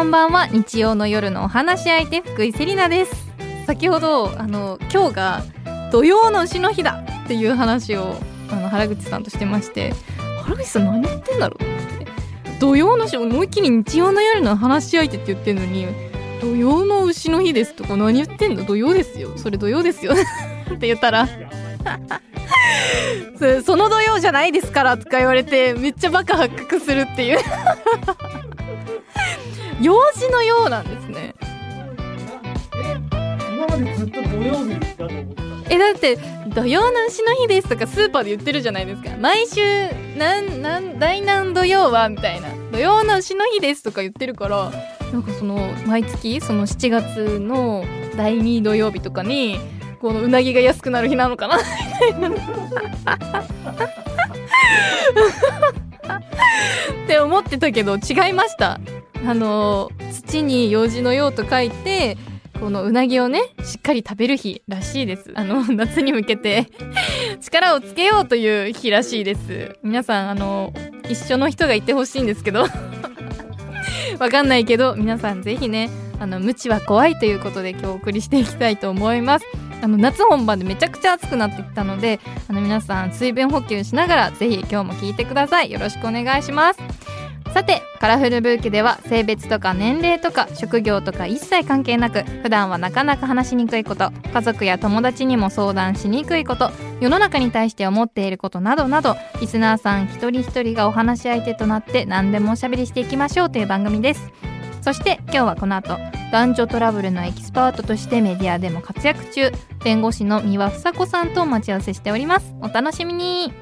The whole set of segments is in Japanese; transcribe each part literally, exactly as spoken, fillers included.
こんばんは。日曜の夜のお話し相手福井セリナです。先ほどあの今日が土曜の牛の日だっていう話をあの原口さんとしてまして、原口さん何言ってんだろうって土曜の牛、思いっきり日曜の夜の話し相手って言ってんのに土曜の牛の日ですとか何言ってんの、土曜ですよ、それ土曜ですよって言ったらそ, その土曜じゃないですからとか言われて、めっちゃバカ発覚するっていう用事のようなんですね。 今までずっと土曜日だと思ってた。 えだって土曜の牛の日ですとかスーパーで言ってるじゃないですか。毎週なんなん第何土曜はみたいな、土曜の牛の日ですとか言ってるから、なんかその毎月そのしちがつのだいに土曜日とかにこのうなぎが安くなる日なのかなみたいなって思ってたけど違いました。あの土に用事の用と書いてこのうなぎをねしっかり食べる日らしいです。あの夏に向けて力をつけようという日らしいです。皆さんあの一緒の人がいてほしいんですけどわかんないけど皆さんぜひね、あの無知は怖いということで今日お送りしていきたいと思います。あの夏本番でめちゃくちゃ暑くなってきたので、あの皆さん水分補給しながらぜひ今日も聞いてください。よろしくお願いします。さてカラフルブーケでは性別とか年齢とか職業とか一切関係なく、普段はなかなか話しにくいこと、家族や友達にも相談しにくいこと、世の中に対して思っていることなどなど、リスナーさん一人一人がお話し相手となって何でもおしゃべりしていきましょうという番組です。そして今日はこの後男女トラブルのエキスパートとしてメディアでも活躍中、弁護士の三輪房子さんと待ち合わせしております。お楽しみに。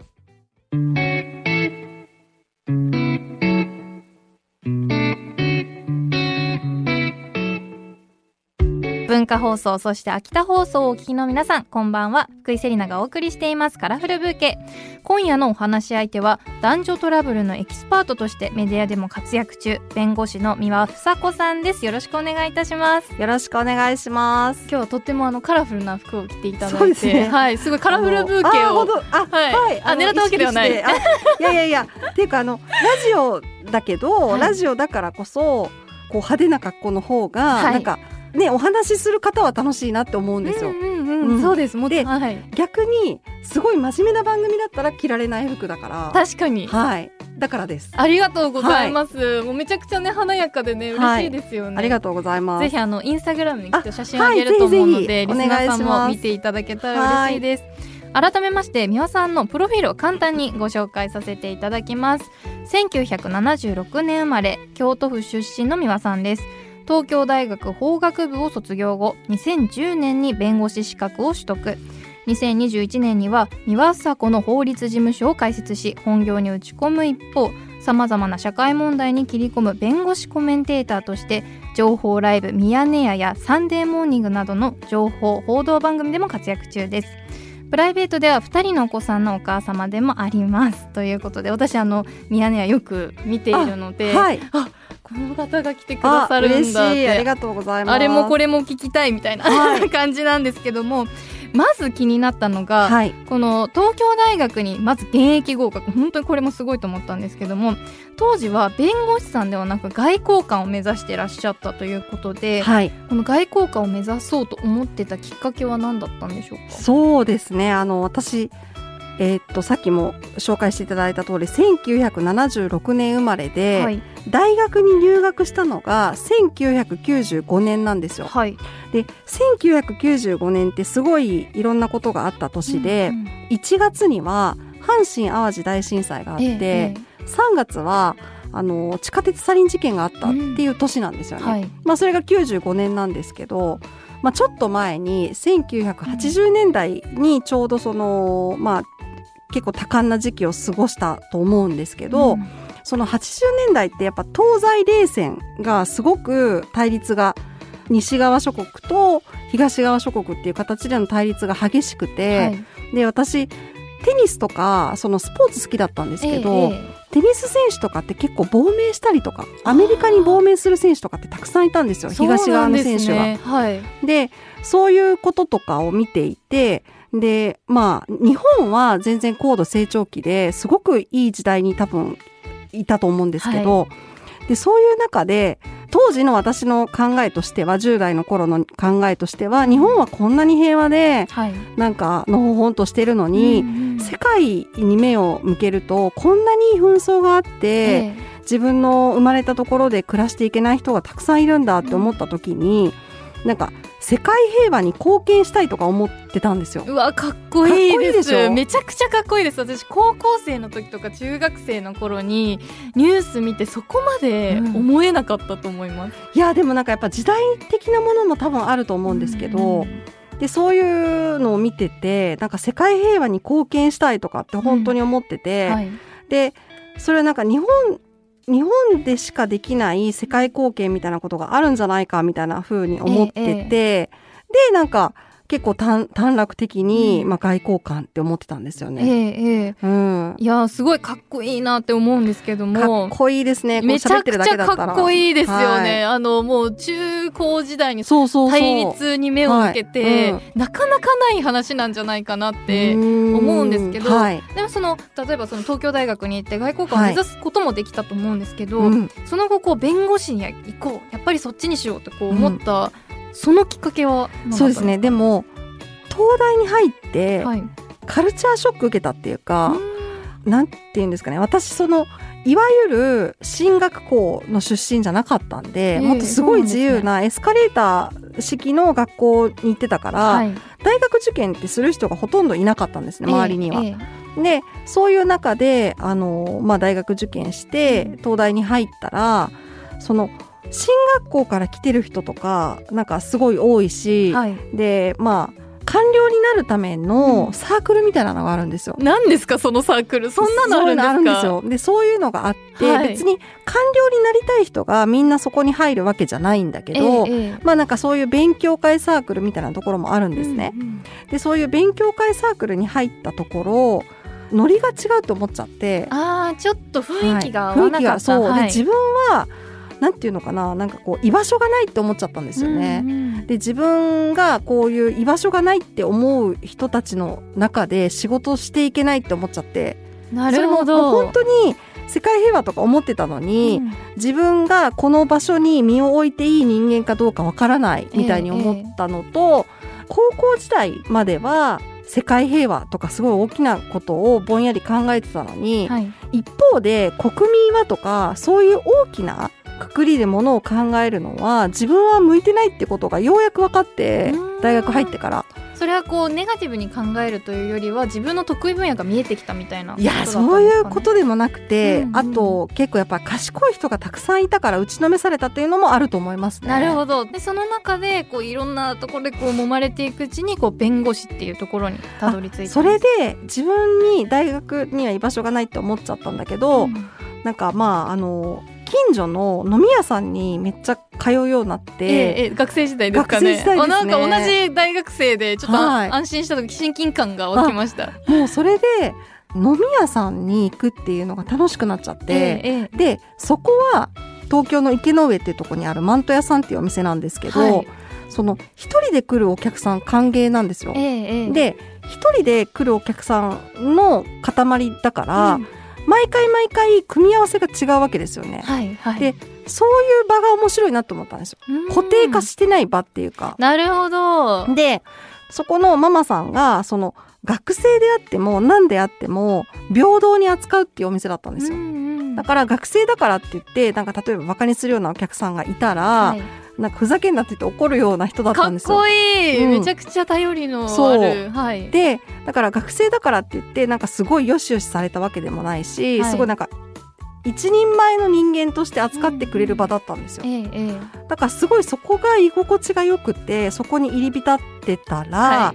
文化放送、そして秋田放送をお聞きの皆さん、こんばんは。福井セリナがお送りしていますカラフルブーケ。今夜のお話し相手は男女トラブルのエキスパートとしてメディアでも活躍中、弁護士の三輪房子さんです。よろしくお願いいたします。 よろしくお願いします。 今日はとってもあのカラフルな服を着ていただいて、 そうですね、 はい、すごいカラフルブーケを、 ああ、はい、はい、 あ狙ったわけではない。 いやいやいやっていうかあのラジオだけど、はい、ラジオだからこそこう派手な格好の方が、はい、なんかね、お話しする方は楽しいなって思うんですよ。 うんうんうんうん、そうです。もで、はい、 逆にすごい真面目な番組だったら着られない服だから。 確かに、 はい、だからです。 ありがとうございます、はい、もうめちゃくちゃね華やかでね嬉しいですよね、はい、 ありがとうございます。 ぜひあのインスタグラムにきっと写真あげると思うので、はい、ぜひぜひリスナーさんも見ていただけたら嬉しいです。改めまして三輪さんのプロフィールを簡単にご紹介させていただきます。せんきゅうひゃくななじゅうろくねん生まれ、京都府出身の三輪さんです。東京大学法学部を卒業後、にせんじゅうねんに弁護士資格を取得。にせんにじゅういちねんには三輪房子の法律事務所を開設し、本業に打ち込む一方、さまざまな社会問題に切り込む弁護士コメンテーターとして、情報ライブミヤネ屋やサンデーモーニングなどの情報報道番組でも活躍中です。プライベートではふたりのお子さんのお母様でもありますということで、私あのミヤネ屋よく見ているので、 あ、はい、 あこの方が来てくださるんだって、 あ、嬉しい、ありがとうございます。 あれもこれも聞きたいみたいな、はい、感じなんですけども、まず気になったのが、はい、この東京大学にまず現役合格、本当にこれもすごいと思ったんですけども、当時は弁護士さんではなく外交官を目指していらっしゃったということで、はい、この外交官を目指そうと思ってたきっかけは何だったんでしょうか。 そうですね、あの私えー、っとさっきも紹介していただいた通りせんきゅうひゃくななじゅうろくねん生まれで、はい、大学に入学したのがせんきゅうひゃくきゅうじゅうごねんなんですよ、はい、でせんきゅうひゃくきゅうじゅうごねんってすごいいろんなことがあった年で、うんうん、いちがつには阪神淡路大震災があって、えー、さんがつはあの地下鉄サリン事件があったっていう年なんですよね、うんはい、まあ、それがきゅうじゅうごねんなんですけど、まあ、ちょっと前にせんきゅうひゃくはちじゅうねんだいにちょうどその、まあ結構多感な時期を過ごしたと思うんですけど、うん、そのはちじゅうねんだいってやっぱ東西冷戦がすごく対立が西側諸国と東側諸国っていう形での対立が激しくて、はい、で私テニスとかそのスポーツ好きだったんですけど、ええ、テニス選手とかって結構亡命したりとかアメリカに亡命する選手とかってたくさんいたんですよ、東側の選手は。で、はい、でそういうこととかを見ていて、でまあ日本は全然高度成長期ですごくいい時代に多分いたと思うんですけど、はい、でそういう中で当時の私の考えとしては、じゅう代の頃の考えとしては、日本はこんなに平和で、はい、なんかのほほんとしてるのに、うんうん、世界に目を向けるとこんなに紛争があって、えー、自分の生まれたところで暮らしていけない人がたくさんいるんだって思った時に、うん、なんか世界平和に貢献したいとか思ってたんですよ。 うわ、かっこいいです。いいでめちゃくちゃかっこいいです。私高校生の時とか中学生の頃にニュース見てそこまで思えなかったと思います、 うん、いやでもなんかやっぱ時代的なものも多分あると思うんですけど、うん、でそういうのを見てて、なんか世界平和に貢献したいとかって本当に思ってて、うん、はい、でそれはなんか日本日本でしかできない世界貢献みたいなことがあるんじゃないかみたいな風に思ってて、ええ、でなんか結構短短絡的に、うん、まあ、外交官って思ってたんですよね。 ええうん、いやすごいかっこいいなって思うんですけども、 かっこいいですね。こうめちゃくちゃかっこいいですよね、はい、あのもう中高時代に対立に目を向けて、はいうん、なかなかない話なんじゃないかなって思うんですけど、はい、でもその例えばその東京大学に行って外交官を目指すこともできたと思うんですけど、はいうん、その後こう弁護士に行こう、やっぱりそっちにしようってこう思った、うん、そのきっかけは何だったんですか？ そうですね、でも東大に入って、はい、カルチャーショック受けたっていうか、なんていうんですかね、私そのいわゆる進学校の出身じゃなかったんで、えー、もっとすごい自由なエスカレーター式の学校に行ってたから、はい、大学受験ってする人がほとんどいなかったんですね、周りには、えーえー、でそういう中であの、まあ、大学受験して東大に入ったら、その進学校から来てる人とかなんかすごい多いし、はい、でまあ官僚になるためのサークルみたいなのがあるんですよ。 何ですかそのサークル？そんなのあるんですか？そういうのあるんですよ。でそういうのがあって、はい、別に官僚になりたい人がみんなそこに入るわけじゃないんだけど、ええ、まあなんかそういう勉強会サークルみたいなところもあるんですね、うんうん、でそういう勉強会サークルに入ったところノリが違うと思っちゃって、 あーちょっと雰囲気が合わなかった、はい、雰囲気がそう、はい、で自分はなんていうのかな、なんかこう居場所がないって思っちゃったんですよね、うんうん、で自分がこういう居場所がないって思う人たちの中で仕事していけないって思っちゃって、 なるほど、 それも本当に世界平和とか思ってたのに、うん、自分がこの場所に身を置いていい人間かどうかわからないみたいに思ったのと、ええ、高校時代までは世界平和とかすごい大きなことをぼんやり考えてたのに、はい、一方で国民はとかそういう大きなくくりでものを考えるのは自分は向いてないってことがようやく分かって、大学入ってから。 それはこうネガティブに考えるというよりは自分の得意分野が見えてきたみたいなことだったんですかね？いやそういうことでもなくて、うんうん、あと結構やっぱ賢い人がたくさんいたから打ちのめされたっていうのもあると思いますね。 なるほど。でその中でこういろんなところでこう揉まれていくうちにこう弁護士っていうところにたどり着いた。 それで自分に大学には居場所がないって思っちゃったんだけど、うん、なんかまああの近所の飲み屋さんにめっちゃ通うようになって、 ええ、学生時代ですかね。 学生時代ですね。 なんか同じ大学生でちょっと、はい、安心した時親近感が湧きました。 もうそれで飲み屋さんに行くっていうのが楽しくなっちゃって、ええ、でそこは東京の池の上っていうところにあるマント屋さんっていうお店なんですけど、はい、その一人で来るお客さん歓迎なんですよ、ええ、で一人で来るお客さんの塊だから、うん、毎回毎回組み合わせが違うわけですよね、はいはい、でそういう場が面白いなと思ったんですよ。固定化してない場っていうか。 なるほど。 でそこのママさんがその学生であっても何であっても平等に扱うっていうお店だったんですよ。だから学生だからって言ってなんか例えばバカにするようなお客さんがいたら、はい、なんかふざけんなって言って怒るような人だったんですよ。 かっこいい、うん、めちゃくちゃ頼りのある、はい、 でだから学生だからって言ってなんかすごいよしよしされたわけでもないし、はい、すごいなんか一人前の人間として扱ってくれる場だったんですよ、うんええ、だからすごいそこが居心地が良くてそこに入り浸ってたら、はい、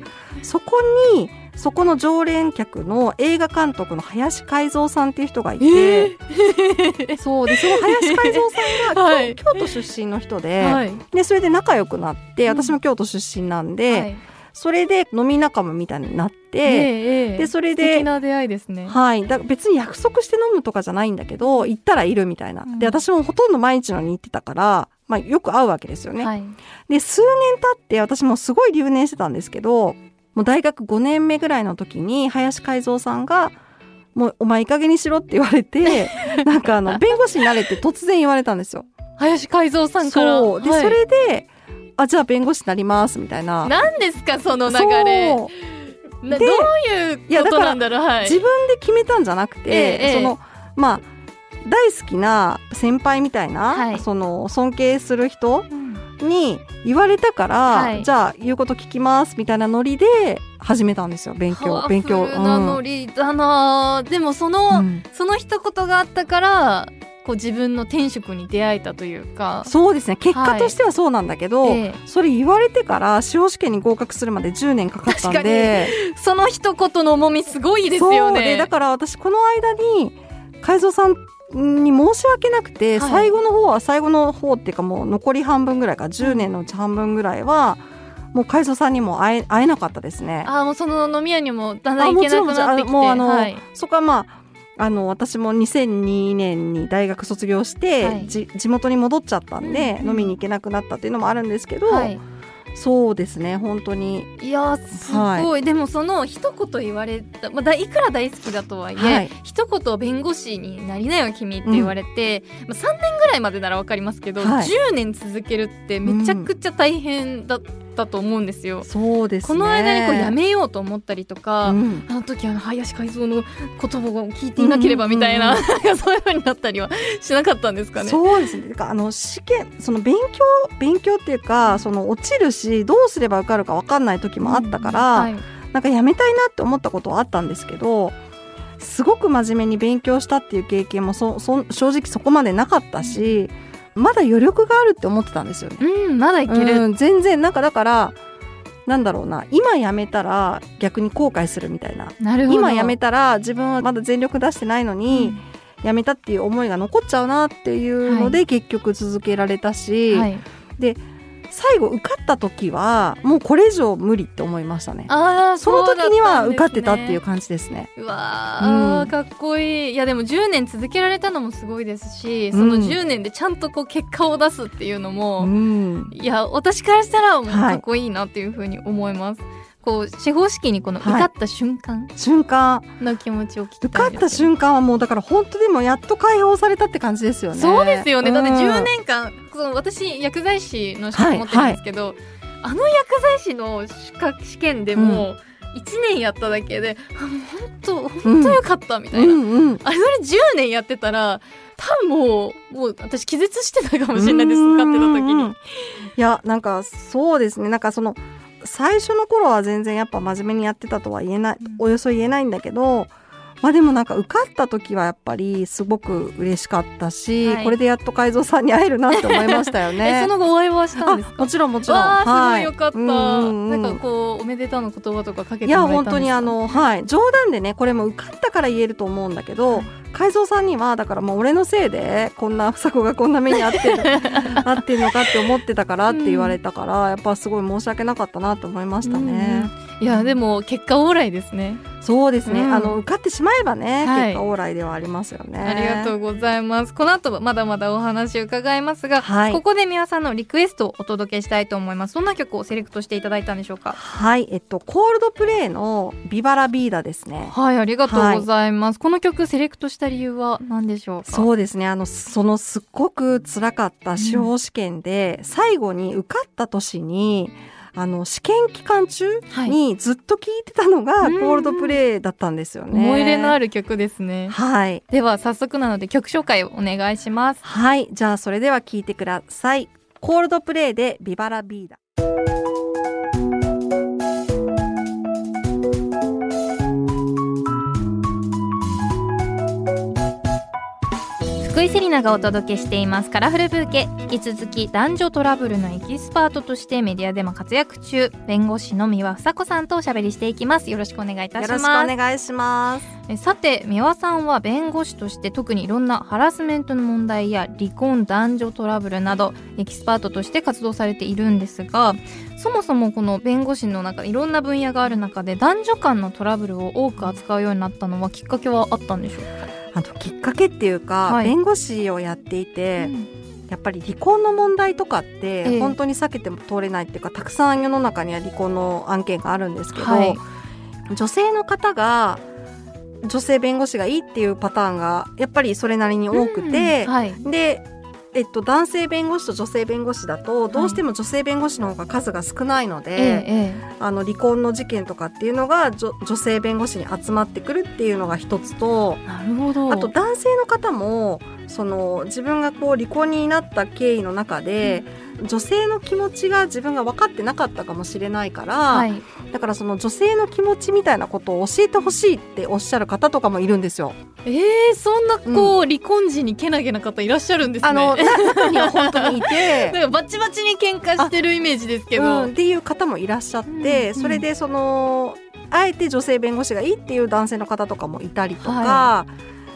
そこにそこの常連客の映画監督の林海蔵さんっていう人がいて、えー、そうでその林海蔵さんが、はい、京都出身の人で、はい、でそれで仲良くなって私も京都出身なんで、うんはい、それで飲み仲間みたいになって、えー、でそれで素敵な出会いですね、 はい、だから別に約束して飲むとかじゃないんだけど行ったらいるみたいな、うん、で私もほとんど毎日のように行ってたから、まあ、よく会うわけですよね、はい、で数年経って私もすごい留年してたんですけどもう大学ごねんめぐらいの時に林海蔵さんがもうお前いい加減にしろって言われてなんかあの弁護士になれって突然言われたんですよ。 林海蔵さんからそうで、はい、それであじゃあ弁護士になりますみたいな。 何ですかその流れ。などういうことなんだろう。はい、 自分で決めたんじゃなくて、ええ、そのまあ大好きな先輩みたいな、はい、その尊敬する人に言われたから、はい、じゃあ言うこと聞きますみたいなノリで始めたんですよ。勉強勉強。 パワフルなノリだな、うん、でもその、うん、その一言があったからこう自分の転職に出会えたというか。 そうですね、結果としてはそうなんだけど、はい、ええ、それ言われてから司法試験に合格するまでじゅうねんかかったんで。 確かにその一言の重みすごいですよね。 そうでだから私この間に海蔵さんに申し訳なくて、はい、最後の方は最後の方っていうかもう残り半分ぐらいかじゅうねんのうち半分ぐらいはもう海蔵さんにも会え、会えなかったですね。 あもうその飲み屋にもだんだん行けなくなってきて、もうあの、はい、 そこはまああの私もにせんにねんに大学卒業して、はい、じ地元に戻っちゃったんで、うん、飲みに行けなくなったっていうのもあるんですけど、はい、そうですね本当に。 いやすごい、はい、でもその一言言われた、まあ、いくら大好きだとはいえ、はい、一言弁護士になりなよ君って言われて、うんまあ、さんねんぐらいまでなら分かりますけど、はい、じゅうねん続けるってめちゃくちゃ大変だったと思うんですよ、うん、 そうですね。 この間にこうやめようと思ったりとか、うん、あの時あの林海蔵の言葉を聞いていなければみたいな、うんうんうん、そういう風になったりはしなかったんですかね。 そうですね。だからあの試験その勉強勉強っていうかその落ちるしどうすれば受かるか分かんない時もあったから、うんはい、なんかやめたいなって思ったことはあったんですけどすごく真面目に勉強したっていう経験もそそ正直そこまでなかったし、まだ余力があるって思ってたんですよね、 うん、まだいける、 うん、全然なんかだからなんだろうな今やめたら逆に後悔するみたいな。 なるほど。 今やめたら自分はまだ全力出してないのに、うん、やめたっていう思いが残っちゃうなっていうので、はい、結局続けられたし、はい、で最後受かった時はもうこれ以上無理って思いましたね。 あその時には受かってたっていう感じですね。 うわー、うん、かっこいい。いやでもじゅうねん続けられたのもすごいですし、そのじゅうねんでちゃんとこう結果を出すっていうのも、うん、いや私からしたらもうかっこいいなっていうふうに思います、はい。こう司法試験にこの受かった瞬間、はい、瞬間の気持ちを聞きたいです。 受かった瞬間はもうだから本当でもやっと解放されたって感じですよね。 そうですよね、うん、だってじゅうねんかんその私薬剤師の資格持ってるんですけど、はいはい、あの薬剤師の資格試験でもいちねんやっただけで、うん、本当本当よかったみたいな、うんうんうん、あれじゅうねんやってたら多分もうもう私気絶してたかもしれないです。受かってた時に。 いやなんかそうですね、なんかその最初の頃は全然やっぱ真面目にやってたとは言えない、およそ言えないんだけど、まあでもなんか受かった時はやっぱりすごく嬉しかったし、はい、これでやっと海蔵さんに会えるなって思いましたよね。 えその後お会いはしたんですか？ もちろんもちろん。 わーすごいよかった、はい、うんうんうん、なんかこうおめでとうの言葉とかかけてもらえたんですか？いや本当にあの、はい、冗談でねこれも受かったから言えると思うんだけど、はい、海蔵さんにはだからもう俺のせいでこんな房子がこんな目に遭ってる遭ってるのかって思ってたからって言われたから、うん、やっぱすごい申し訳なかったなと思いましたね、 うん、いやでも結果オーライですね。 そうですね、うん、あの受かってしまえばね、はい、結果オーライではありますよね。 ありがとうございます。この後まだまだお話を伺いますが、はい、ここで美輪さんのリクエストをお届けしたいと思います。どんな曲をセレクトしていただいたんでしょうか？ はい、えっとコールドプレイのビバラビーダですね。 はい、ありがとうございます、はい、この曲セレクトした理由は何でしょうか？ そうですね、あのそのすっごく辛かった司法試験で、うん、最後に受かった年にあの試験期間中にずっと聴いてたのがコールドプレイだったんですよね、うん、 思い入れのある曲ですね。 はい、 では早速なので曲紹介をお願いします。 はい、じゃあそれでは聴いてください。コールドプレイでビバラビーダ。 福井セリナがお届けしていますカラフルブーケ。引き続き男女トラブルのエキスパートとしてメディアでも活躍中、弁護士の三輪房子さんとおしゃべりしていきます。よろしくお願いいたします。 よろしくお願いします。 えさて三輪さんは弁護士として特にいろんなハラスメントの問題や離婚男女トラブルなどエキスパートとして活動されているんですが、そもそもこの弁護士の中いろんな分野がある中で男女間のトラブルを多く扱うようになったのはきっかけはあったんでしょうか？ あのきっかけっていうか、はい、弁護士をやっていて、うん、やっぱり離婚の問題とかって本当に避けても通れないっていうか、ええ、たくさん世の中には離婚の案件があるんですけど、はい、女性の方が女性弁護士がいいっていうパターンがやっぱりそれなりに多くて、うんはい、でえっと、男性弁護士と女性弁護士だとどうしても女性弁護士の方が数が少ないので、 ええ、 あの離婚の事件とかっていうのが女、女性弁護士に集まってくるっていうのが一つと、 なるほど。 あと男性の方もその自分がこう離婚になった経緯の中で、うん、女性の気持ちが自分が分かってなかったかもしれないから、はい、だからその女性の気持ちみたいなことを教えてほしいっておっしゃる方とかもいるんですよ。 えー、そんなこう、うん、離婚時にけなげな方いらっしゃるんですね。 あの中には本当にいてなんかバチバチに喧嘩してるイメージですけど、 うん、っていう方もいらっしゃって、うん、それでそのあえて女性弁護士がいいっていう男性の方とかもいたりとか、はい、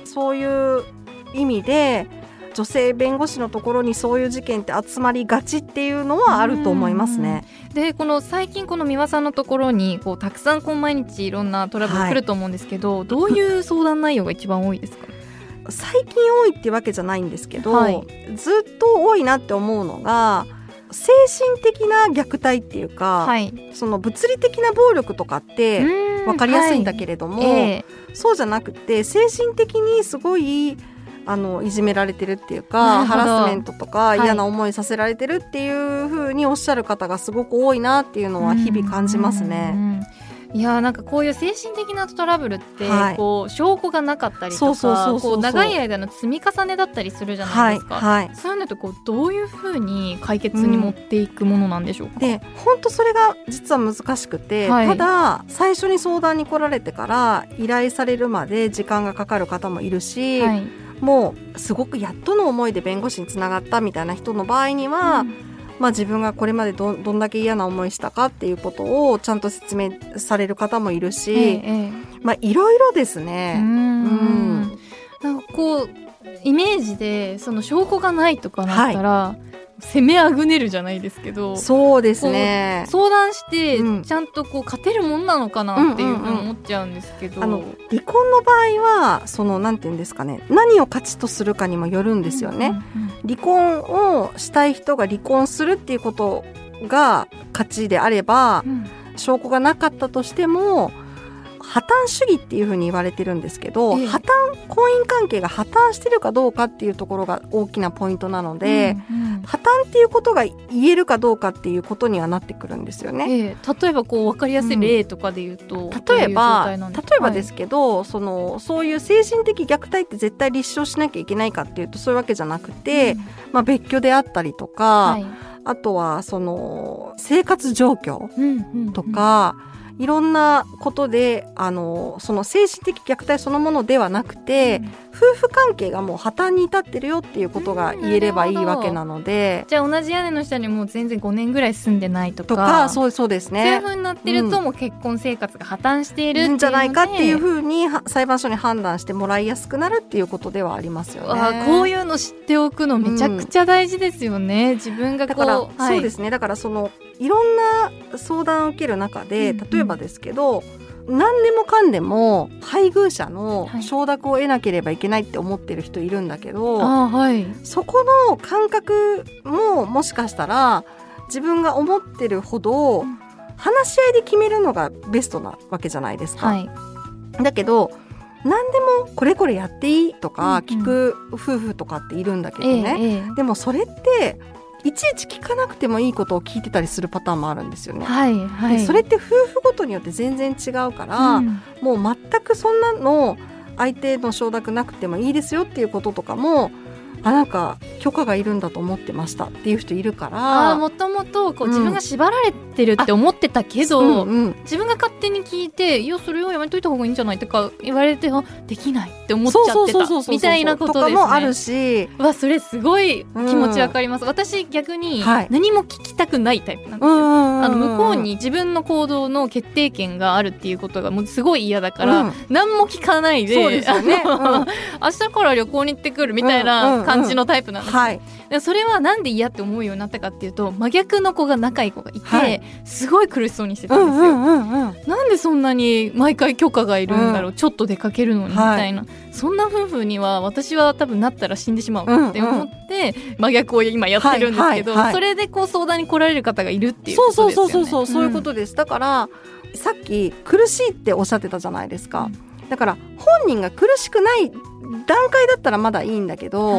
そういう意味で女性弁護士のところにそういう事件って集まりがちっていうのはあると思いますね。 でこの最近この三輪さんのところにこうたくさんこう毎日いろんなトラブル来ると思うんですけど、はい、どういう相談内容が一番多いですか？ 最近多いってわけじゃないんですけど、はい、ずっと多いなって思うのが精神的な虐待っていうか、はい、その物理的な暴力とかって分かりやすいんだけれども、はいえー、そうじゃなくて精神的にすごいあのいじめられてるっていうかハラスメントとか嫌な思いさせられてるっていう風におっしゃる方がすごく多いなっていうのは日々感じますね。 うんうんうん、いやなんかこういう精神的なトラブルって、はい、こう証拠がなかったりとか長い間の積み重ねだったりするじゃないですか、はいはい、そういうのってこうどういうふうに解決に持っていくものなんでしょうか？ うん、で本当それが実は難しくて、はい、ただ最初に相談に来られてから依頼されるまで時間がかかる方もいるし、はい、もうすごくやっとの思いで弁護士につながったみたいな人の場合には、うんまあ、自分がこれまで ど, どんだけ嫌な思いしたかっていうことをちゃんと説明される方もいるし、ええまあ、いろいろですね。うんうんなんかこうイメージでその証拠がないとかなったら、はい、攻めあぐねるじゃないですけど、 そうですね相談してちゃんとこう勝てるもんなのかなっていうふうに思っちゃうんですけど、 あの離婚の場合はそのなんていうんですかね、何を勝ちとするかにもよるんですよね。うんうんうん、離婚をしたい人が離婚するっていうことが勝ちであれば、うん、証拠がなかったとしても破綻主義っていうふうに言われてるんですけど、ええ、破綻婚姻関係が破綻してるかどうかっていうところが大きなポイントなので、うんうん、破綻っていうことが言えるかどうかっていうことにはなってくるんですよね。 ええ、例えばこう分かりやすい例とかで言うと、うん、 例えば例えばですけど、はい、そのそういう精神的虐待って絶対立証しなきゃいけないかっていうとそういうわけじゃなくて、うんまあ、別居であったりとか、はい、あとはその生活状況とか、うんうんうんいろんなことであのその精神的虐待そのものではなくて、うん、夫婦関係がもう破綻に至ってるよっていうことが言えればいいわけなので、 じゃあ同じ屋根の下にもう全然ごねんぐらい住んでないとかとかそう、そうですね、 そういう風になってると、うん、もう結婚生活が破綻しているっていうのでんじゃないかっていう風に裁判所に判断してもらいやすくなるっていうことではありますよね。 あこういうの知っておくのめちゃくちゃ大事ですよね、うん、自分がこうだから、 はい、 そうですねだからそのいろんな相談を受ける中で、例えばですけど、うんうん、何でもかんでも配偶者の承諾を得なければいけないって思ってる人いるんだけど、 はいあはい、 そこの感覚ももしかしたら自分が思ってるほど話し合いで決めるのがベストなわけじゃないですか、はい、だけど何でもこれこれやっていいとか聞く夫婦とかっているんだけどね、うんうんええ、でもそれっていちいち聞かなくてもいいことを聞いてたりするパターンもあるんですよね、 はいはい、 でそれって夫婦ごとによって全然違うから、うん、もう全くそんなの相手の承諾なくてもいいですよっていうこととかもあなんか許可がいるんだと思ってましたっていう人いるからあもともとこう自分が縛られてるって思ってたけど、うんうん、自分が勝手に聞いていやそれをやめといた方がいいんじゃないとか言われてあできないって思っちゃってたみたいなことですねとかもあるしわそれすごい気持ちわかります、うん、私逆に何も聞きたくないタイプなんですよ、はい、あの向こうに自分の行動の決定権があるっていうことがもうすごい嫌だから、うん、何も聞かないでそうですよね、うん、 明日から旅行に行ってくるみたいな感じのタイプなんですよ、はい、でそれはなんで嫌って思うようになったかっていうと真逆の子が仲いい子がいて、はい、すごい苦しそうにしてたんですよ、うんうんうんうん、なんでそんなに毎回許可がいるんだろう、うん、ちょっと出かけるのにみたいな、はい、そんな夫婦には私は多分なったら死んでしまうって思って、うんうん、真逆を今やってるんですけど、はいはいはい、それでこう相談に来られる方がいるっていうことですよね。 そうそうそうそう、そういうことです、うん、だからさっき苦しいっておっしゃってたじゃないですか、うん、だから本人が苦しくない段階だったらまだいいんだけど、はい、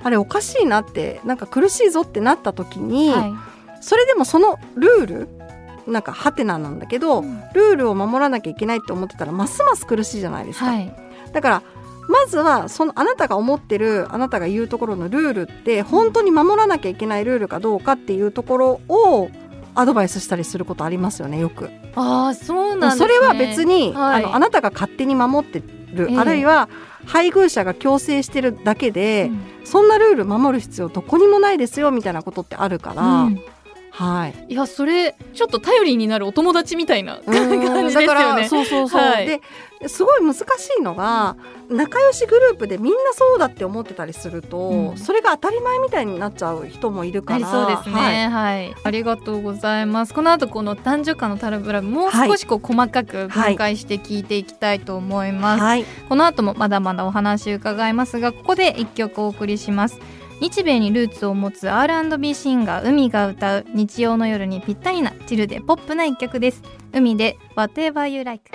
あれおかしいなって、なんか苦しいぞってなった時に、 はい、 それでもそのルールなんかハテナなんだけど、うん、ルールを守らなきゃいけないって思ってたらますます苦しいじゃないですか、はい、だからまずはそのあなたが思ってる、あなたが言うところのルールって本当に守らなきゃいけないルールかどうかっていうところをアドバイスしたりすることありますよね、よく。 ああ、そうなんですね。 それは別に、 はい、 あのあなたが勝手に守ってる、 えー、 あるいは配偶者が強制してるだけで、 うん、 そんなルール守る必要どこにもないですよみたいなことってあるから、うん、はい、 いやそれちょっと頼りになるお友達みたいな感じですよね。 だからそうそうそう、はい、ですごい難しいのが、仲良しグループでみんなそうだって思ってたりすると、うん、それが当たり前みたいになっちゃう人もいるから。 そうですね、はいはい、ありがとうございます。この後この男女間のトラブルもう少しこう細かく分解して聞いていきたいと思います、はい、この後もまだまだお話伺いますが、ここで一曲お送りします。日米にルーツを持つ アールアンドビー シンガー海が歌う日曜の夜にぴったりなチルでポップな一曲です。海で Whatever You Like。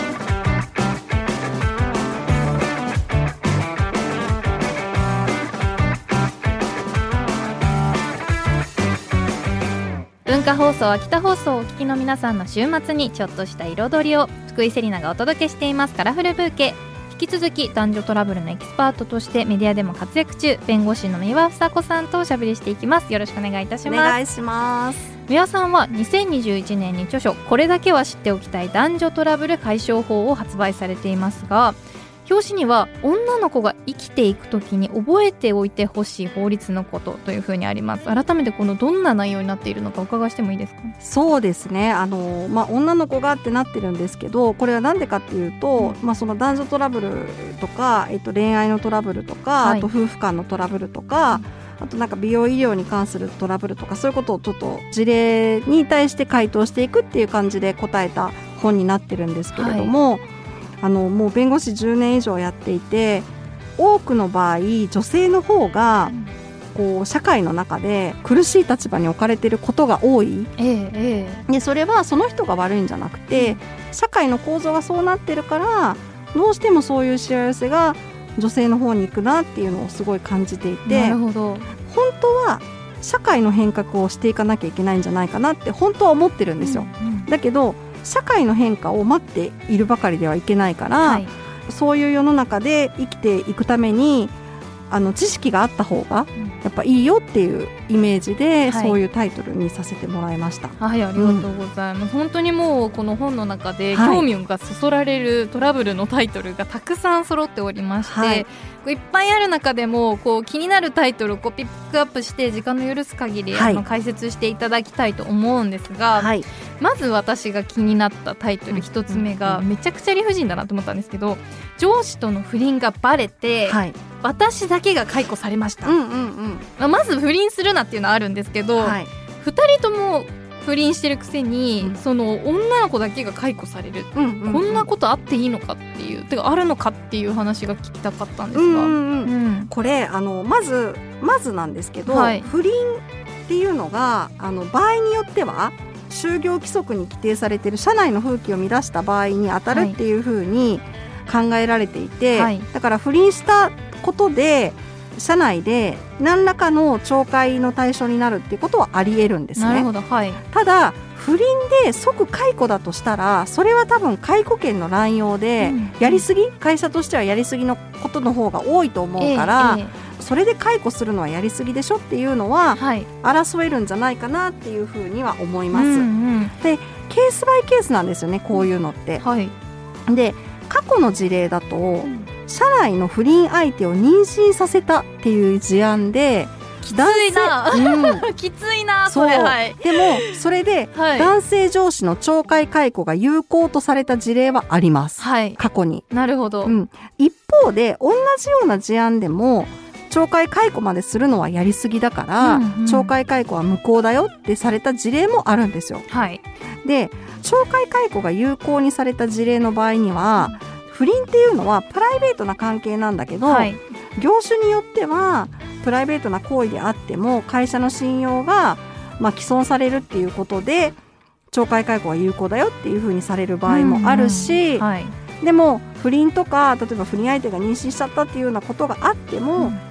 文化放送秋田放送をお聞きの皆さんの週末にちょっとした彩りを福井セリナがお届けしています。カラフルブーケ、引き続き男女トラブルのエキスパートとしてメディアでも活躍中、弁護士の三輪房子さんとおしゃべりしていきます。よろしくお願いいたします。 お願いします。 三輪さんはにせんにじゅういちねんに著書これだけは知っておきたい男女トラブル解消法を発売されていますが、表紙には女の子が生きていくときに覚えておいてほしい法律のことというふうにあります。改めてこのどんな内容になっているのかお伺いしてもいいですか？ そうですね、あの、まあ、女の子がってなってるんですけど、これはなんでかっていうと、まあ、その男女トラブルとか、えっと、恋愛のトラブルとか、はい、あと夫婦間のトラブルとか、あとなんか美容医療に関するトラブルとか、そういうことをちょっと事例に対して回答していくっていう感じで答えた本になってるんですけれども、はい、あのもう弁護士じゅうねん以上やっていて、多くの場合女性の方がこう社会の中で苦しい立場に置かれていることが多い、ええええ、でそれはその人が悪いんじゃなくて、社会の構造がそうなってるからどうしてもそういうしわ寄せが女性の方に行くなっていうのをすごい感じていて、 なるほど、 本当は社会の変革をしていかなきゃいけないんじゃないかなって本当は思ってるんですよ、うんうん、だけど社会の変化を待っているばかりではいけないから、はい、そういう世の中で生きていくためにあの知識があった方がやっぱいいよっていうイメージで、はい、そういうタイトルにさせてもらいました。 はい、ありがとうございます、うん、本当にもうこの本の中で興味がそそられるトラブルのタイトルがたくさん揃っておりまして、はい、いっぱいある中でもこう気になるタイトルをこうピックアップして時間の許す限り、はい、あの解説していただきたいと思うんですが、はい、まず私が気になったタイトル一つ目がめちゃくちゃ理不尽だなと思ったんですけど、上司との不倫がバレて、はい、私だけが解雇されました、うんうんうん、まあ、まず不倫するなっていうのはあるんですけど、はい、ふたりとも不倫してるくせに、うん、その女の子だけが解雇される、うんうんうん、こんなことあっていいのかっていう、てかあるのかっていう話が聞きたかったんですが、うんうんうん、 これあのまずまずなんですけど、はい、不倫っていうのがあの場合によっては就業規則に規定されている社内の風紀を乱した場合に当たるっていうふうに考えられていて、はい、だから不倫したことで社内で何らかの懲戒の対象になるっていうことはあり得るんですね。 なるほど、はい、 ただ不倫で即解雇だとしたらそれは多分解雇権の乱用で、うん、やりすぎ、会社としてはやりすぎのことの方が多いと思うから、えーえー、それで解雇するのはやりすぎでしょっていうのは、はい、争えるんじゃないかなっていうふうには思います、うんうん、でケースバイケースなんですよね、こういうのって、はい、で過去の事例だと、うん、社内の不倫相手を妊娠させたっていう事案できついな、うん、きついなそれ、はい、 でもそれで男性上司の懲戒解雇が有効とされた事例はあります、はい、過去に。 なるほど、 うん、一方で同じような事案でも懲戒解雇までするのはやりすぎだから、うんうん、懲戒解雇は無効だよってされた事例もあるんですよ、はい、で懲戒解雇が有効にされた事例の場合には、うん、不倫っていうのはプライベートな関係なんだけど、はい、業種によってはプライベートな行為であっても会社の信用が、まあ、毀損されるっていうことで懲戒解雇は有効だよっていうふうにされる場合もあるし、うんうん、はい、でも不倫とか例えば不倫相手が妊娠しちゃったっていうようなことがあっても、うん、やっぱあく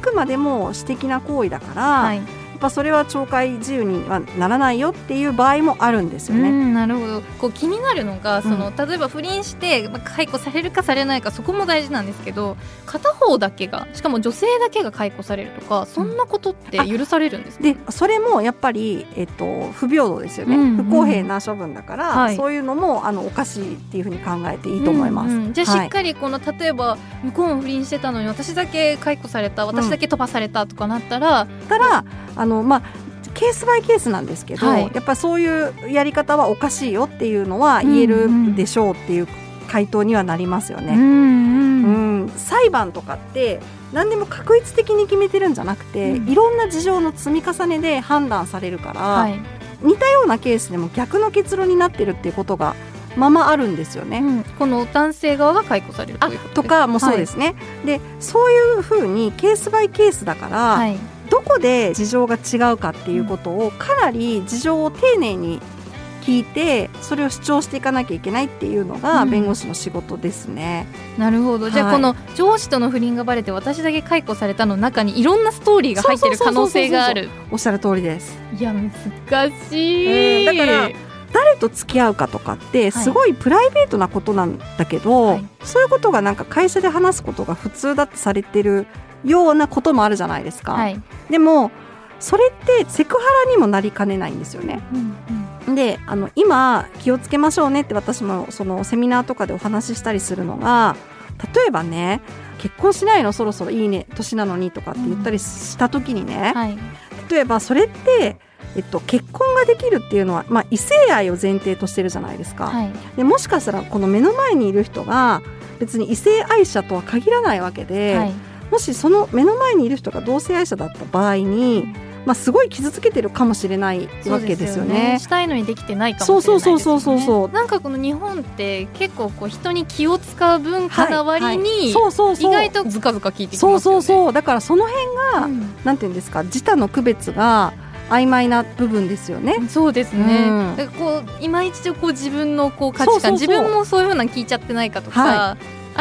くまでも私的な行為だから、はい、やっぱそれは懲戒自由にはならないよっていう場合もあるんですよね。 うん、なるほど。こう気になるのがその、うん、例えば不倫して、まあ、解雇されるかされないかそこも大事なんですけど、片方だけがしかも女性だけが解雇されるとかそんなことって許されるんですか？ でそれもやっぱり、えっと、不平等ですよね、うんうん、不公平な処分だから、はい、そういうのもあのおかしいっていうふうに考えていいと思います、うんうん、 じゃあしっかりこの、はい、例えば向こうも不倫してたのに私だけ解雇された私だけ飛ばされたとかなったら、うん、 たらあの、まあケースバイケースなんですけど、はい、やっぱりそういうやり方はおかしいよっていうのは言えるでしょうっていう回答にはなりますよね、うんうんうん、裁判とかって何でも確一的に決めてるんじゃなくて、うん、いろんな事情の積み重ねで判断されるから、はい、似たようなケースでも逆の結論になってるっていうことがままあるんですよね、うん、 この男性側が解雇されるということですとかもそうですね、はい、でそういうふうにケースバイケースだから、はい、どこで事情が違うかっていうことをかなり事情を丁寧に聞いてそれを主張していかなきゃいけないっていうのが弁護士の仕事ですね、 うん、なるほど。じゃあ、はい、この上司との不倫がバレて私だけ解雇されたの中にいろんなストーリーが入ってる可能性がある。 おっしゃる通りです。 いや難しい、 うん、だから誰と付き合うかとかってすごいプライベートなことなんだけど、はい、そういうことがなんか会社で話すことが普通だってされてるようなこともあるじゃないですか、はい、でもそれってセクハラにもなりかねないんですよね、うんうん、であの今気をつけましょうねって私もそのセミナーとかでお話ししたりするのが、例えばね結婚しないのそろそろいいね年なのにとかって言ったりした時にね、うんはい、例えばそれってえっと、結婚ができるっていうのは、まあ、異性愛を前提としてるじゃないですか、はい、でもしかしたらこの目の前にいる人が別に異性愛者とは限らないわけで、はい、もしその目の前にいる人が同性愛者だった場合に、まあ、すごい傷つけてるかもしれないわけですよね。そうですよね。 したいのにできてないかもしれないですよね。 そうそうそうそうそう。 なんかこの日本って結構こう人に気を使う文化な割に、はいはい、そうそうそう意外とズカズカ効いてきますよね。 そうそうそう。だからその辺が、うん、なんていうんですか、自他の区別が曖昧な部分ですよね。 そうですね、うん、だからこう今一度こう自分のこう価値観、そうそうそう自分もそういう風なの聞いちゃってないかとか、はい、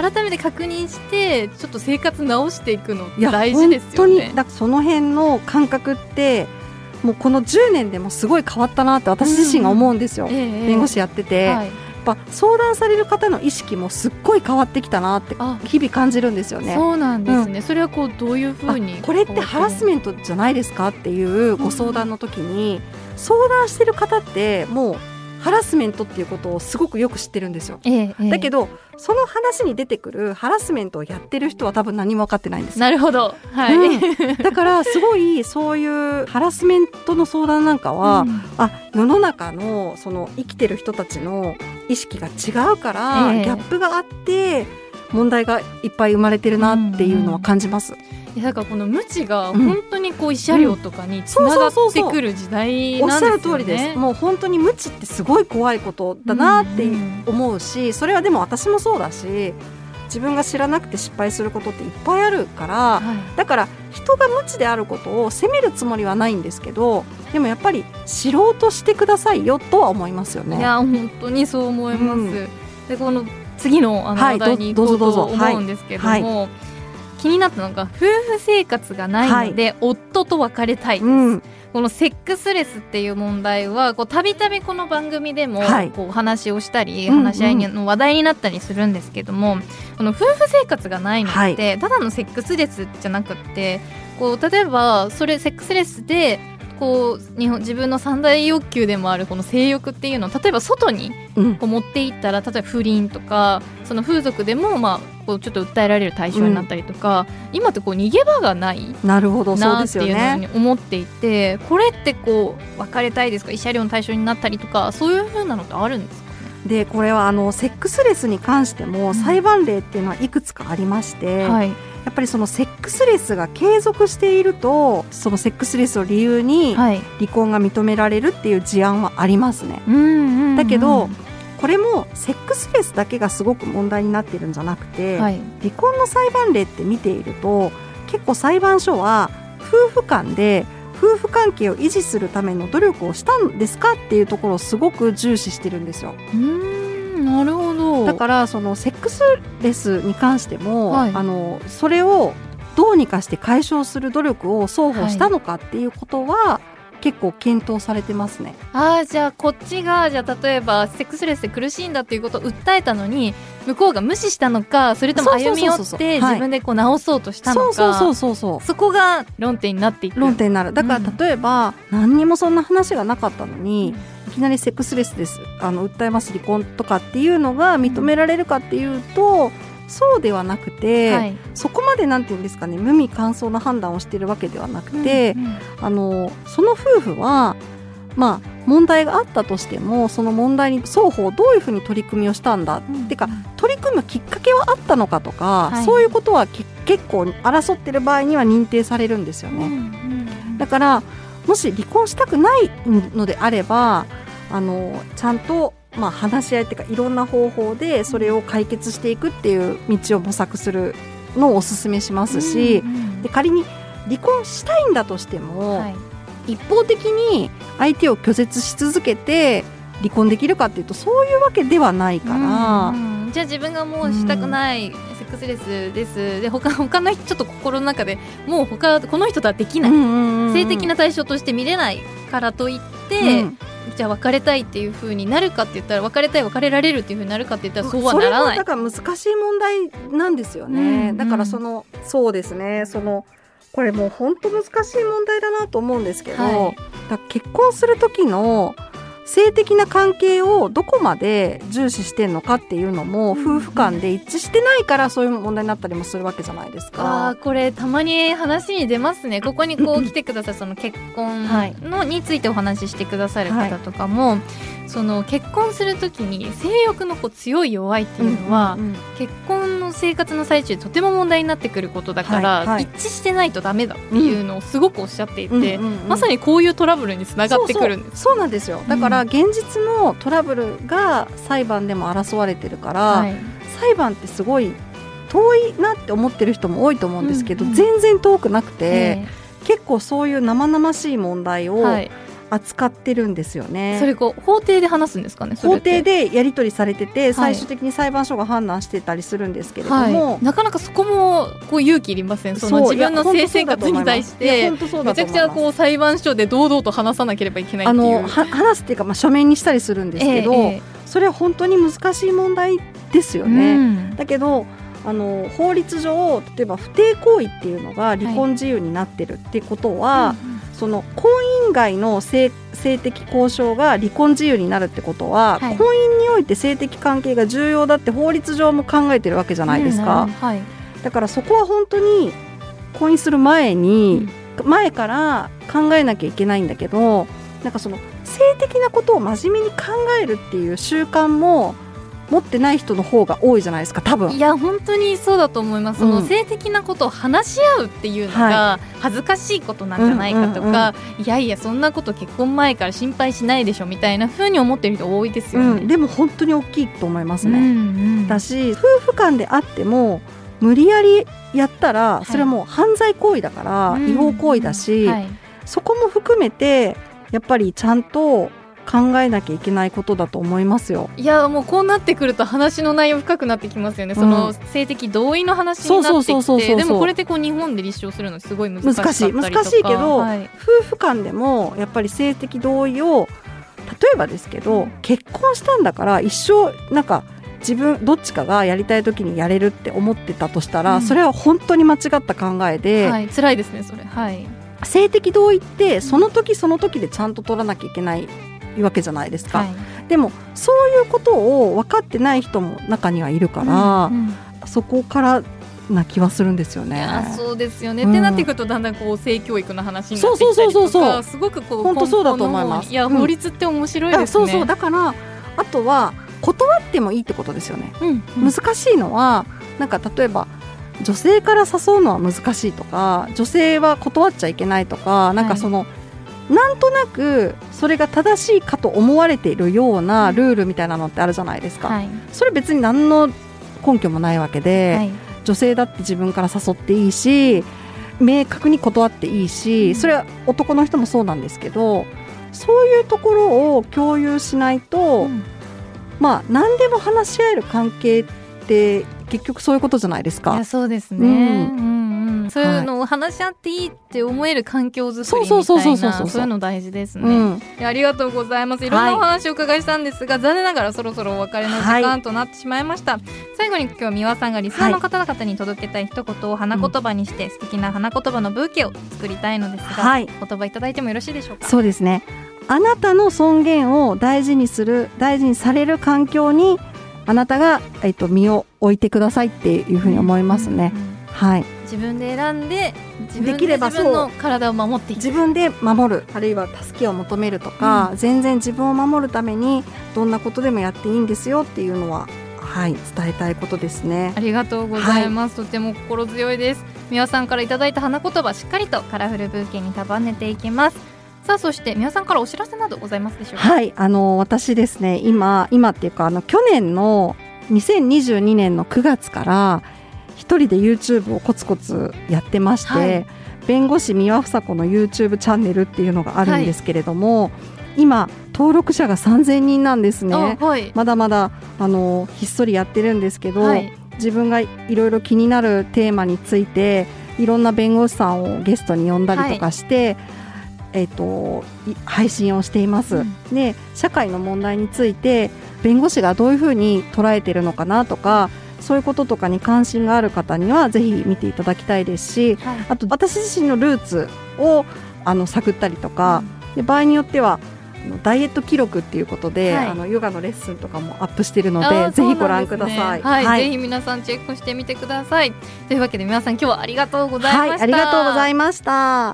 改めて確認してちょっと生活直していくの大事ですよね。 いや本当にだからその辺の感覚ってもうこのじゅうねんでもすごい変わったなって私自身が思うんですよ、うんえー、弁護士やってて、はい、やっぱ相談される方の意識もすっごい変わってきたなって日々感じるんですよね。 そうなんですね、うん、それはこうどういうふうにこれってハラスメントじゃないですかっていうご相談の時に、うん、相談してる方ってもうハラスメントっていうことをすごくよく知ってるんですよ、ええええ、だけどその話に出てくるハラスメントをやってる人は多分何も分かってないんですよ。 なるほど、はいうん、 だからすごいそういうハラスメントの相談なんかは、うん、あ世の中のその生きてる人たちの意識が違うから、ええ、ギャップがあって問題がいっぱい生まれてるなっていうのは感じます、うんうんいやだからこの無知が本当にこう慰謝料とかにつながってくる時代なんですよね。おっしゃる通りです。もう本当に無知ってすごい怖いことだなって思うし、それはでも私もそうだし自分が知らなくて失敗することっていっぱいあるから、はい、だから人が無知であることを責めるつもりはないんですけど、でもやっぱり知ろうとしてくださいよとは思いますよね。 いや本当にそう思います、うん、でこの次のあの話題に行こうと思うんですけども、はいはいはい気になったのが夫婦生活がないので、はい、夫と別れたいです、うん、このセックスレスっていう問題はたびたびこの番組でもこうお話をしたり、はい、話し合いの話題になったりするんですけども、うんうん、この夫婦生活がないのって、はい、ただのセックスレスじゃなくってこう例えばそれセックスレスでこう日本自分の三大欲求でもあるこの性欲っていうのを例えば外にこう持っていったら、うん、例えば不倫とかその風俗でもまあこうちょっと訴えられる対象になったりとか、うん、今ってこう逃げ場がないなるほどそうなってですよねいうのに思っていて、これってこう別れたいですか慰謝料の対象になったりとかそういう風なのってあるんですかね。 でこれはあのセックスレスに関しても裁判例っていうのはいくつかありまして、うんはいやっぱりそのセックスレスが継続しているとそのセックスレスを理由に離婚が認められるっていう事案はありますね、はいうんうんうん、だけどこれもセックスレスだけがすごく問題になっているんじゃなくて、はい、離婚の裁判例って見ていると結構裁判所は夫婦間で夫婦関係を維持するための努力をしたんですかっていうところをすごく重視してるんですよ。 うーんなるほど。 だからそのセックスレスに関しても、はい、あのそれをどうにかして解消する努力を双方したのかっていうことは、はい、結構検討されてますね。 あー、じゃあこっちがじゃあ例えばセックスレスで苦しいんだっていうことを訴えたのに向こうが無視したのか、それとも歩み寄って自分でこう直そうとしたのか、 そうそうそうそう、 そこが論点になっていく。 論点になる。だから例えば、うん、何にもそんな話がなかったのに、うん、いきなりセックスレスですあの訴えます離婚とかっていうのが認められるかっていうと、うん、そうではなくて、はい、そこまでなんていうんですかね、無味乾燥な判断をしているわけではなくて、うんうん、あのその夫婦はまあ問題があったとしても、その問題に双方どういうふうに取り組みをしたんだ、うんうん、ってか取り組むきっかけはあったのかとか、はい、そういうことは結構争ってる場合には認定されるんですよね、うんうん、だからもし離婚したくないのであれば、あのちゃんとまあ、話し合いっていうかいろんな方法でそれを解決していくっていう道を模索するのをお勧めしますし、うんうん、で仮に離婚したいんだとしても、はい、一方的に相手を拒絶し続けて離婚できるかっていうとそういうわけではないから、 うんうん、じゃあ自分がもうしたくない、うん、セックスレスですで 他, 他の人ちょっと心の中でもう他この人とはできない、うんうんうん、性的な対象として見れないからといって、うん、じゃあ別れたいっていう風になるかって言ったら、別れたい別れられるっていう風になるかって言ったらそうはならない。 それもだから難しい問題なんですよね、うんうん、だからそのそうですね、そのこれもう本当難しい問題だなと思うんですけど、はい、だ結婚する時の性的な関係をどこまで重視してんのかっていうのも夫婦間で一致してないからそういう問題になったりもするわけじゃないですか。 あ、これたまに話に出ますね。ここにこう来てくださるその結婚のについてお話ししてくださる方とかも、はい、その結婚するときに性欲のこう強い弱いっていうのは、うんうんうん、結婚の生活の最中でとても問題になってくることだから、はいはい、一致してないとダメだっていうのをすごくおっしゃっていて、うんうんうんうん、まさにこういうトラブルにつながってくるんです。 そうそう、そうなんですよ。だから現実のトラブルが裁判でも争われてるから、はい、裁判ってすごい遠いなって思ってる人も多いと思うんですけど、うんうん、全然遠くなくて、結構そういう生々しい問題を扱ってるんですよね、はい、 それこう法廷で話すんですかね。それって法廷でやり取りされてて、最終的に裁判所が判断してたりするんですけれども、 はい、なかなかそこもこう勇気いりません。その自分の性生活に対してめちゃくちゃこう裁判所で堂々と話さなければいけないっていう、あの話すっていうか、まあ、書面にしたりするんですけど、えーえー、それは本当に難しい問題ですよね、うん、だけどあの法律上例えば不貞行為っていうのが離婚事由になってるってことは、はい、うんうん、その婚姻外の 性, 性的交渉が離婚事由になるってことは、はい、婚姻において性的関係が重要だって法律上も考えてるわけじゃないですか、うん、はい、だからそこは本当に婚姻する前に、うん、前から考えなきゃいけないんだけど、なんかその性的なことを真面目に考えるっていう習慣も持ってない人の方が多いじゃないですか、多分。 いや本当にそうだと思います、うん、その性的なことを話し合うっていうのが恥ずかしいことなんじゃないかとか、はい、うんうんうん、いやいやそんなこと結婚前から心配しないでしょみたいな風に思ってる人多いですよね、 うん、でも本当に大きいと思いますね、うんうん、だし夫婦間であっても無理やりやったらそれはもう犯罪行為だから、はい、違法行為だし、うんうん、はい、そこも含めてやっぱりちゃんと考えなきゃいけないことだと思いますよ。 いやもうこうなってくると話の内容深くなってきますよね、うん、その性的同意の話になってきて、でもこれってこう日本で立証するのすごい難しかったりとか、 難しい難しいけど、はい、夫婦間でもやっぱり性的同意を例えばですけど、うん、結婚したんだから一生なんか自分どっちかがやりたい時にやれるって思ってたとしたら、うん、それは本当に間違った考えで、 はい、辛いですねそれ、はい、 性的同意ってその時その時でちゃんと取らなきゃいけないわけじゃないですか、はい、でもそういうことを分かってない人も中にはいるから、うんうん、そこからな気はするんですよね。 いやそうですよね、うん、ってなってくるとだんだんこう性教育の話になってきたりとか、すごくこう本当そうだと思います。 いや法律って面白いですね、うん、 そうそうだからあとは断ってもいいってことですよね、うんうん、難しいのはなんか例えば女性から誘うのは難しいとか、女性は断っちゃいけないとか、なんかその、はい、なんとなくそれが正しいかと思われているようなルールみたいなのってあるじゃないですか、はい、それ別に何の根拠もないわけで、はい、女性だって自分から誘っていいし明確に断っていいし、うん、それは男の人もそうなんですけど、そういうところを共有しないと、うん、まあ何でも話し合える関係って結局そういうことじゃないですか。 いやそうですね、うんうんうん、 、そういうのを話し合っていいって思える環境づくりみたいな、そういうの大事ですね、うん、ありがとうございます。いろんなお話をお伺いしたんですが、はい、残念ながらそろそろお別れの時間となってしまいました、はい、最後に今日三輪さんがリスナーの方々に届けたい一言を花言葉にして、素敵な花言葉のブーケを作りたいのですが、はい、言葉いただいてもよろしいでしょうか。 そうですね、あなたの尊厳を大事にする、大事にされる環境にあなたが、えっと、身を置いてくださいっていうふうに思いますね、うんうんうん、はい、 自分で選んで自分でできれば自分の体を守っていく、 自分で守る、あるいは助けを求めるとか、うん、全然自分を守るためにどんなことでもやっていいんですよっていうのは、はい、伝えたいことですね。 ありがとうございます、はい、とても心強いです。三輪さんからいただいた花言葉、しっかりとカラフルブーケに束ねていきます。さあ、そして三輪さんからお知らせなどございますでしょうか。 はい、あの私ですね、今今っていうか、あの去年のにせんにじゅうにねんのくがつから一人で YouTube をコツコツやってまして、はい、弁護士三輪房子の YouTube チャンネルっていうのがあるんですけれども、はい、今登録者がさんぜんにんなんですね、はい、まだまだあのひっそりやってるんですけど、はい、自分がいろいろ気になるテーマについていろんな弁護士さんをゲストに呼んだりとかして、はい、えーと、配信をしています、うん、で社会の問題について弁護士がどういうふうに捉えているのかなとか、そういうこととかに関心がある方にはぜひ見ていただきたいですし、はい、あと私自身のルーツをあの探ったりとか、うん、で場合によってはダイエット記録っていうことで、はい、あのヨガのレッスンとかもアップしているの で, で、ね、ぜひご覧ください、 はいはい、ぜひ皆さんチェックしてみてください。というわけで皆さん今日はありがとうございました、はい、 ありがとうございました。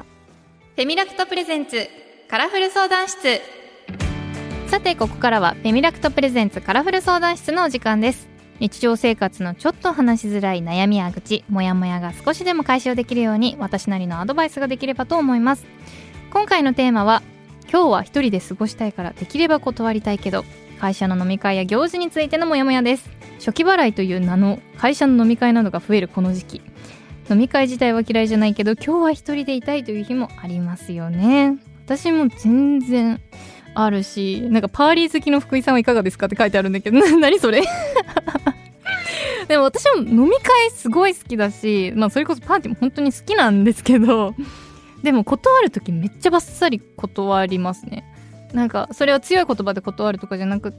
フェミラクトプレゼンツカラフル相談室。さて、ここからはフェミラクトプレゼンツカラフル相談室のお時間です。日常生活のちょっと話しづらい悩みや愚痴、もやもやが少しでも解消できるように、私なりのアドバイスができればと思います。今回のテーマは、今日は一人で過ごしたいからできれば断りたいけど、会社の飲み会や行事についてのもやもやです。初期払いという名の会社の飲み会などが増えるこの時期、飲み会自体は嫌いじゃないけど、今日は一人でいたいという日もありますよね。私も全然あるし、なんかパーリー好きの福井さんはいかがですかって書いてあるんだけど、何それでも私も飲み会すごい好きだし、まあ、それこそパーティーも本当に好きなんですけど、でも断るときめっちゃバッサリ断りますね。なんかそれは強い言葉で断るとかじゃなくって、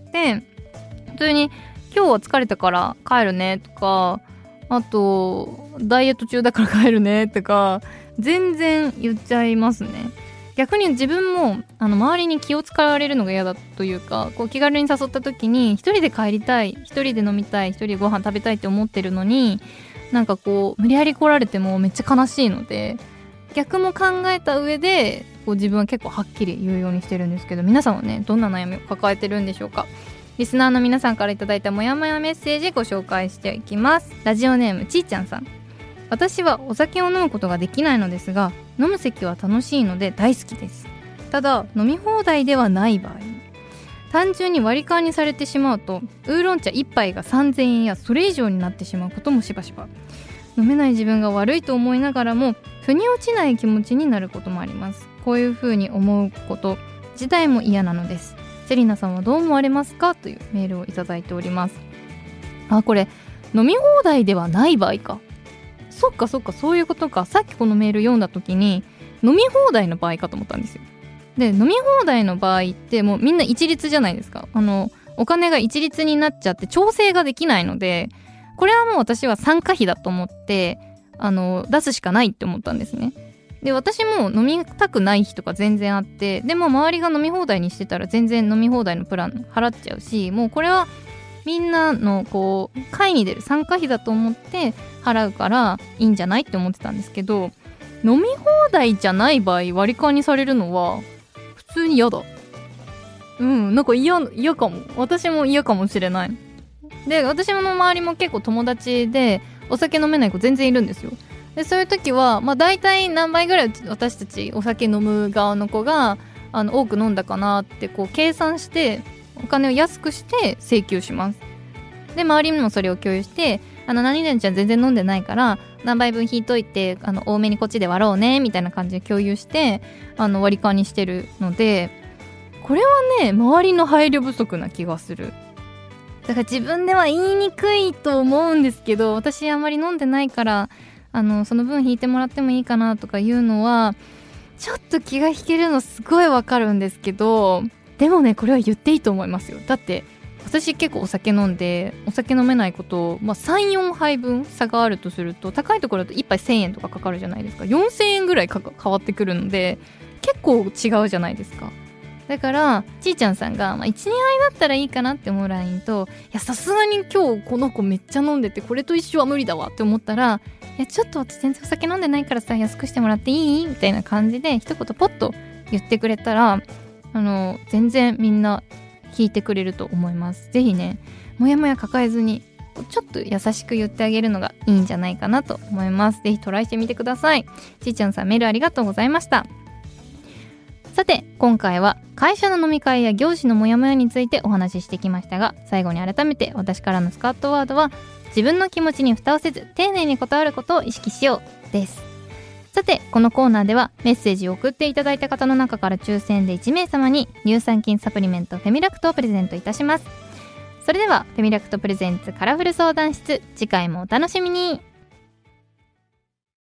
普通に今日は疲れたから帰るねとか、あとダイエット中だから帰るねとか全然言っちゃいますね。逆に自分もあの周りに気を使われるのが嫌だというか、こう気軽に誘った時に一人で帰りたい、一人で飲みたい、一人でご飯食べたいって思ってるのに、なんかこう無理やり来られてもめっちゃ悲しいので、逆も考えた上でこう自分は結構はっきり言うようにしてるんですけど、皆さんはねどんな悩みを抱えてるんでしょうか。リスナーの皆さんからいただいたもやもやメッセージご紹介していきます。ラジオネームちーちゃんさん。私はお酒を飲むことができないのですが、飲む席は楽しいので大好きです。ただ飲み放題ではない場合、単純に割り勘にされてしまうとウーロン茶いっぱいがさんぜんえんやそれ以上になってしまうこともしばしば。飲めない自分が悪いと思いながらも腑に落ちない気持ちになることもあります。こういうふうに思うこと自体も嫌なのです。セリナさんはどう思われますか、というメールをいただいております。あ、これ飲み放題ではない場合か。そっかそっか、そういうことか。さっきこのメール読んだ時に飲み放題の場合かと思ったんですよ。で、飲み放題の場合ってもうみんな一律じゃないですか。あのお金が一律になっちゃって調整ができないので、これはもう私は参加費だと思ってあの出すしかないって思ったんですね。で、私も飲みたくない日とか全然あって、でも周りが飲み放題にしてたら全然飲み放題のプラン払っちゃうし、もうこれはみんなのこう会に出る参加費だと思って払うからいいんじゃないって思ってたんですけど、飲み放題じゃない場合割り勘にされるのは普通に嫌だ。うん、なんか嫌嫌かも。私も嫌かもしれない。で、私の周りも結構友達でお酒飲めない子全然いるんですよ。で、そういう時はまあ大体何杯ぐらい私たちお酒飲む側の子があの多く飲んだかなってこう計算してお金を安くして請求します。で、周りにもそれを共有して、あの何々ちゃん全然飲んでないから何杯分引いといて、あの多めにこっちで割ろうねみたいな感じで共有してあの割り勘にしてるので、これはね周りの配慮不足な気がする。だから自分では言いにくいと思うんですけど、私あんまり飲んでないからあのその分引いてもらってもいいかなとかいうのはちょっと気が引けるのすごいわかるんですけど、でもねこれは言っていいと思いますよ。だって私結構お酒飲んでお酒飲めないこと、まあ、さん、よんはいぶん差があるとすると、高いところだといっぱいせんえんとかかかるじゃないですか。よんせんえんぐらいか変わってくるので結構違うじゃないですか。だからちーちゃんさんが、まあ、いち、にはいだったらいいかなって思うラインと、いやさすがに今日この子めっちゃ飲んでてこれと一緒は無理だわって思ったら、いやちょっと私全然お酒飲んでないからさ安くしてもらっていいみたいな感じで一言ポッと言ってくれたら、あの全然みんな引いてくれると思います。ぜひねもやもや抱えずにちょっと優しく言ってあげるのがいいんじゃないかなと思います。ぜひトライしてみてください。ちーちゃんさんメールありがとうございました。さて今回は会社の飲み会や行事のモヤモヤについてお話ししてきましたが、最後に改めて私からのスカットワードは、自分の気持ちに蓋をせず丁寧に断ることを意識しようです。さてこのコーナーではメッセージを送っていただいた方の中から抽選でいちめいさまに乳酸菌サプリメントフェミラクトをプレゼントいたします。それではフェミラクトプレゼンツカラフル相談室、次回もお楽しみに。